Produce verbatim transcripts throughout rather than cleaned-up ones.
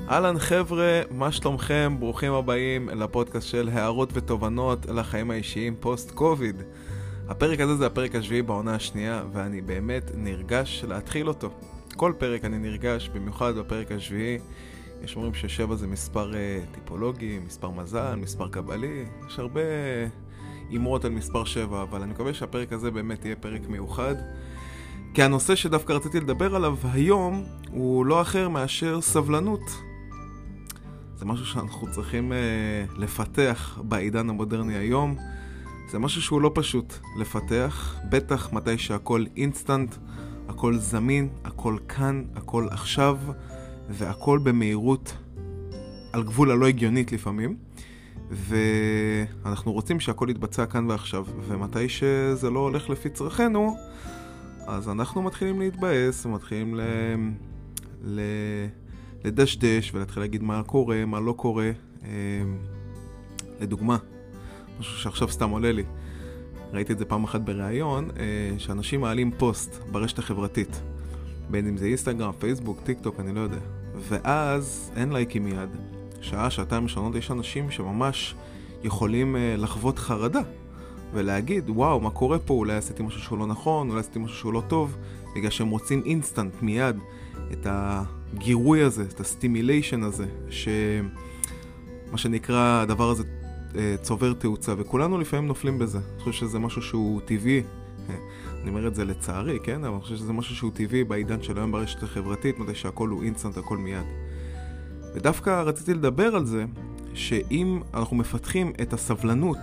אהלן חבר'ה, מה שלומכם? ברוכים הבאים לפודקאסט של הערות ותובנות לחיים האישיים פוסט קוביד. הפרק הזה זה הפרק השביעי בעונה השנייה, ואני באמת נרגש להתחיל אותו. כל פרק אני נרגש, במיוחד בפרק השביעי. יש אומרים ששבע זה מספר uh, טיפולוגי, מספר מזל, מספר קבלי. יש הרבה אמרות על מספר שבע, אבל אני מקווה שהפרק הזה באמת יהיה פרק מיוחד. כי הנושא שדווקא רציתי לדבר עליו היום הוא לא אחר מאשר סבלנות. זה משהו שאנחנו צריכים uh, לפתח בעידן המודרני היום. זה משהו שהוא לא פשוט לפתח, בטח מתי שהכל אינסטנט, הכל זמין, הכל כאן, הכל עכשיו, והכל במהירות על גבול הלא הגיונית לפעמים. ואנחנו רוצים שהכל יתבצע כאן ועכשיו, ומתי שזה לא הולך לפי צרכנו, אז אנחנו מתחילים להתבאס, מתחילים ל... ל... לדשדש ולהתחיל להגיד מה קורה, מה לא קורה. לדוגמה, משהו שעכשיו סתם עולה לי. ראיתי את זה פעם אחת בראיון, שאנשים מעלים פוסט ברשת החברתית. בין אם זה אינסטגרם, פייסבוק, טיק טוק, אני לא יודע. ואז אין לייקים מיד. שעה, שעתיים ראשונות יש אנשים שממש יכולים לחוות חרדה. ולהגיד, וואו, מה קורה פה? אולי עשיתי משהו שהוא לא נכון, אולי עשיתי משהו שהוא לא טוב. בגלל שהם רוצים אינסטנט מיד את הגירוי הזה, את הסטימיליישן הזה, שמה שנקרא הדבר הזה צובר תאוצה, וכולנו לפעמים נופלים בזה. אני חושב שזה משהו שהוא טבעי, אני אומר את זה לצערי, כן? אבל אני חושב שזה משהו שהוא טבעי בעידן של היום ברשת החברתית, מתי שהכל הוא אינסטנט, הכל מיד. ודווקא רציתי לדבר על זה, שאם אנחנו מפתחים את הסבלנות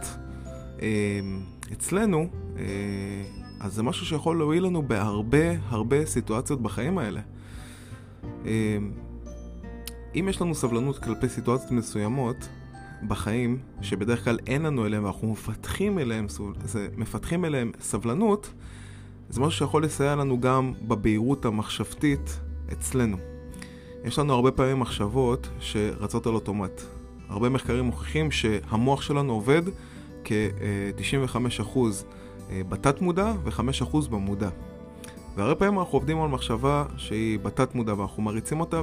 אצלנו, אז זה משהו שיכול להועיל לנו בהרבה הרבה סיטואציות בחיים האלה. אם יש לנו סבלנות כלפי סיטואציות מסוימות בחיים, שבדרך כלל אין לנו אליהם, ואנחנו מפתחים אליהם, מפתחים אליהם סבלנות, זה משהו שיכול לסייע לנו גם בבהירות המחשבתית אצלנו. יש לנו הרבה פעמים מחשבות שרצות על אוטומט. הרבה מחקרים מוכיחים שהמוח שלנו עובד כ-תשעים וחמישה אחוז בתת מודע ו-חמישה אחוז במודע. והרבה פעמים אנחנו עובדים על מחשבה שהיא בתת מודע, ואנחנו מריצים אותה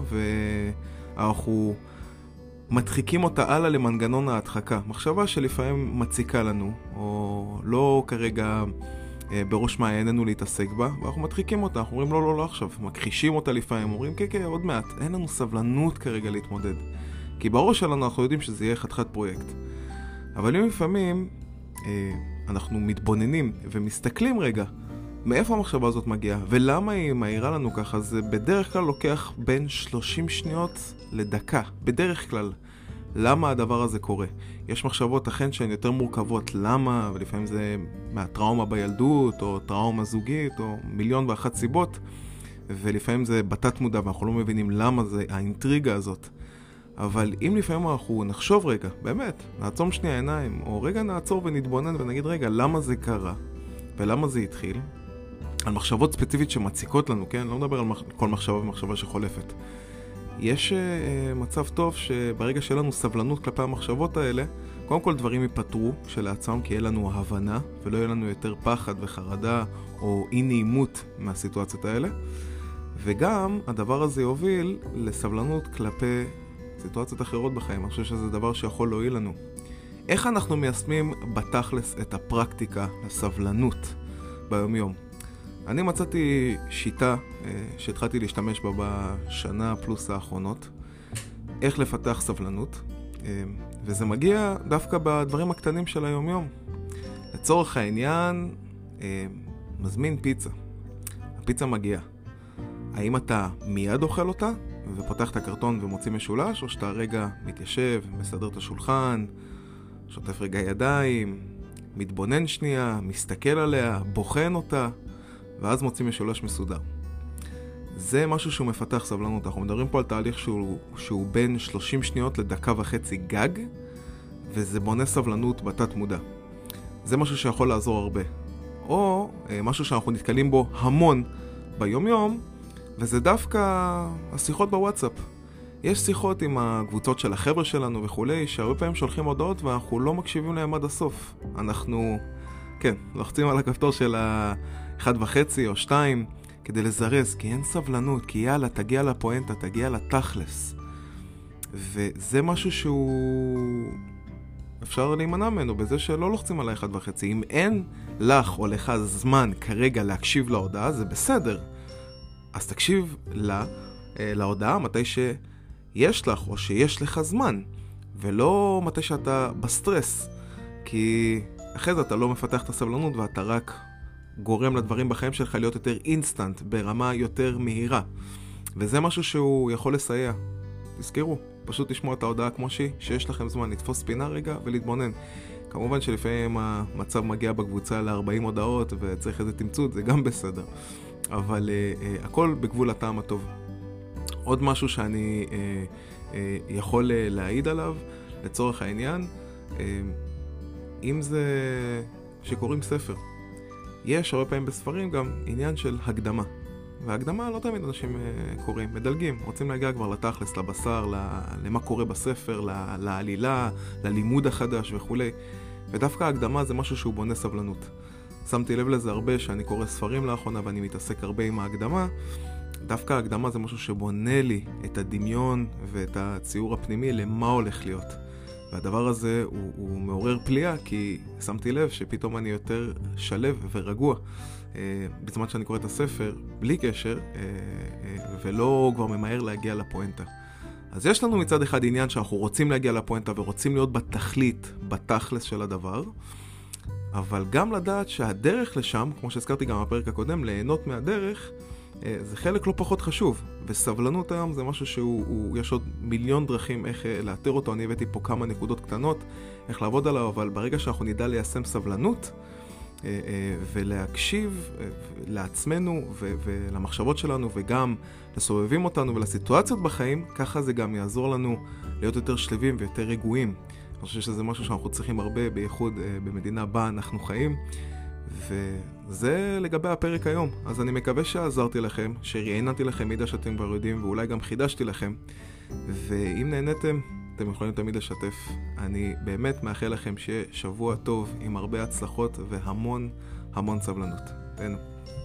ואנחנו מדחיקים אותה הלאה למנגנון ההדחקה. מחשבה שלפעמים מציקה לנו, או לא כרגע בראש מעייננו להתעסק בה, ואנחנו מדחיקים אותה, אנחנו אומרים לא, לא, לא עכשיו, מכחישים אותה לפעמים, אומרים כן, כן, עוד מעט, אין לנו סבלנות כרגע להתמודד. כי בראש שלנו אנחנו יודעים שזה יהיה חתיכת פרויקט. אבל אם לפעמים אה, אנחנו מתבוננים ומסתכלים רגע, מאיפה המחשבה הזאת מגיעה, ולמה היא מהירה לנו ככה, זה בדרך כלל לוקח בין שלושים שניות לדקה, בדרך כלל. למה הדבר הזה קורה? יש מחשבות אכן שהן יותר מורכבות, למה, ולפעמים זה מהטראומה בילדות, או טראומה זוגית, או מיליון ואחת סיבות, ולפעמים זה בתת מודע, ואנחנו לא מבינים למה זה האינטריגה הזאת. אבל אם לפעמים אנחנו נחשוב רגע, באמת, נעצום שנייה עיניים, או רגע נעצור ונתבונן ונגיד רגע, למה זה קרה, ולמה זה התחיל, על מחשבות ספציפית שמציקות לנו, כן? לא מדבר על מח... כל מחשבה ומחשבה שחולפת. יש uh, מצב טוב שברגע שיהיה לנו סבלנות כלפי המחשבות האלה, קודם כל דברים ייפטרו שלעצמם, כי יהיה לנו הבנה, ולא יהיה לנו יותר פחד וחרדה או אי נעימות מהסיטואציות האלה. וגם הדבר הזה יוביל לסבלנות כלפי סיטואציות אחרות בחיים. אני חושב שזה דבר שיכול להועיל לנו. איך אנחנו מיישמים בתכלס את הפרקטיקה לסבלנות ביום יום? אני מצאתי שיטה שהתחלתי להשתמש בה בשנה פלוס האחרונות, איך לפתח סבלנות, וזה מגיע דווקא בדברים הקטנים של היום יום. לצורך העניין, מזמין פיצה. הפיצה מגיעה. האם אתה מיד אוכל אותה ופותח את הקרטון ומוציא משולש, או שאתה רגע מתיישב, מסדר את השולחן, שוטף רגע ידיים, מתבונן שנייה, מסתכל עליה, בוחן אותה, ואז מוציא משולש מסודר. זה משהו שהוא מפתח סבלנות. אנחנו מדברים פה על תהליך שהוא, שהוא בין שלושים שניות לדקה וחצי גג, וזה בונה סבלנות בתת מודע. זה משהו שיכול לעזור הרבה. או משהו שאנחנו נתקלים בו המון ביום יום, וזה דווקא השיחות בוואטסאפ. יש שיחות עם הקבוצות של החבר'ה שלנו וכולי, שהרבה פעמים שולחים הודעות ואנחנו לא מקשיבים להם עד הסוף. אנחנו, כן, לוחצים על הכפתור של האחד וחצי או שתיים, כדי לזרז, כי אין סבלנות, כי יאללה, תגיע לפואנטה, תגיע לתכלס. וזה משהו שהוא אפשר להימנע ממנו בזה שלא לוחצים על האחד וחצי. אם אין לך או לך זמן כרגע להקשיב להודעה, זה בסדר. אז תקשיב לה, להודעה מתי שיש לך או שיש לך זמן, ולא מתי שאתה בסטרס, כי אחרי זה אתה לא מפתח את הסבלנות ואתה רק גורם לדברים בחיים שלך להיות יותר אינסטנט, ברמה יותר מהירה. וזה משהו שהוא יכול לסייע. תזכרו, פשוט תשמעו את ההודעה כמו שהיא, שיש לכם זמן לתפוס פינה רגע ולהתבונן. כמובן שלפעמים המצב מגיע בקבוצה ל-ארבעים הודעות וצריך איזה תמצות, זה גם בסדר. אבל uh, uh, הכל בגבול הטעם הטוב. עוד משהו שאני uh, uh, יכול uh, להעיד עליו, לצורך העניין, uh, אם זה שקוראים ספר. יש הרבה פעמים בספרים גם עניין של הקדמה. והקדמה לא תמיד אנשים uh, קוראים, מדלגים, רוצים להגיע כבר לתכלס, לבשר, למה קורה בספר, לעלילה, ללימוד החדש וכו'. ודווקא ההקדמה זה משהו שהוא בונה סבלנות. שמתי לב לזה הרבה שאני קורא ספרים לאחרונה ואני מתעסק הרבה עם ההקדמה. דווקא ההקדמה זה משהו שבונה לי את הדמיון ואת הציור הפנימי למה הולך להיות. והדבר הזה הוא, הוא מעורר פליאה, כי שמתי לב שפתאום אני יותר שלב ורגוע אה, בזמן שאני קורא את הספר, בלי קשר, אה, אה, ולא כבר ממהר להגיע לפואנטה. אז יש לנו מצד אחד עניין שאנחנו רוצים להגיע לפואנטה ורוצים להיות בתכלית, בתכלס של הדבר, אבל גם לדעת שהדרך לשם, כמו שהזכרתי גם בפרק הקודם, ליהנות מהדרך, זה חלק לא פחות חשוב. וסבלנות היום זה משהו שהוא, הוא, יש עוד מיליון דרכים איך לאתר אותו. אני הבאתי פה כמה נקודות קטנות, איך לעבוד עליו, אבל ברגע שאנחנו נדע ליישם סבלנות, ולהקשיב לעצמנו ולמחשבות שלנו, וגם לסובבים אותנו ולסיטואציות בחיים, ככה זה גם יעזור לנו להיות יותר שלבים ויותר רגועים. אני חושב שזה משהו שאנחנו צריכים הרבה, בייחוד במדינה בה אנחנו חיים, וזה לגבי הפרק היום. אז אני מקווה שעזרתי לכם, שראיינתי לכם מידע שאתם כבר יודעים, ואולי גם חידשתי לכם, ואם נהניתם, אתם יכולים תמיד לשתף. אני באמת מאחל לכם שיהיה שבוע טוב עם הרבה הצלחות והמון המון סבלנות. תהנו.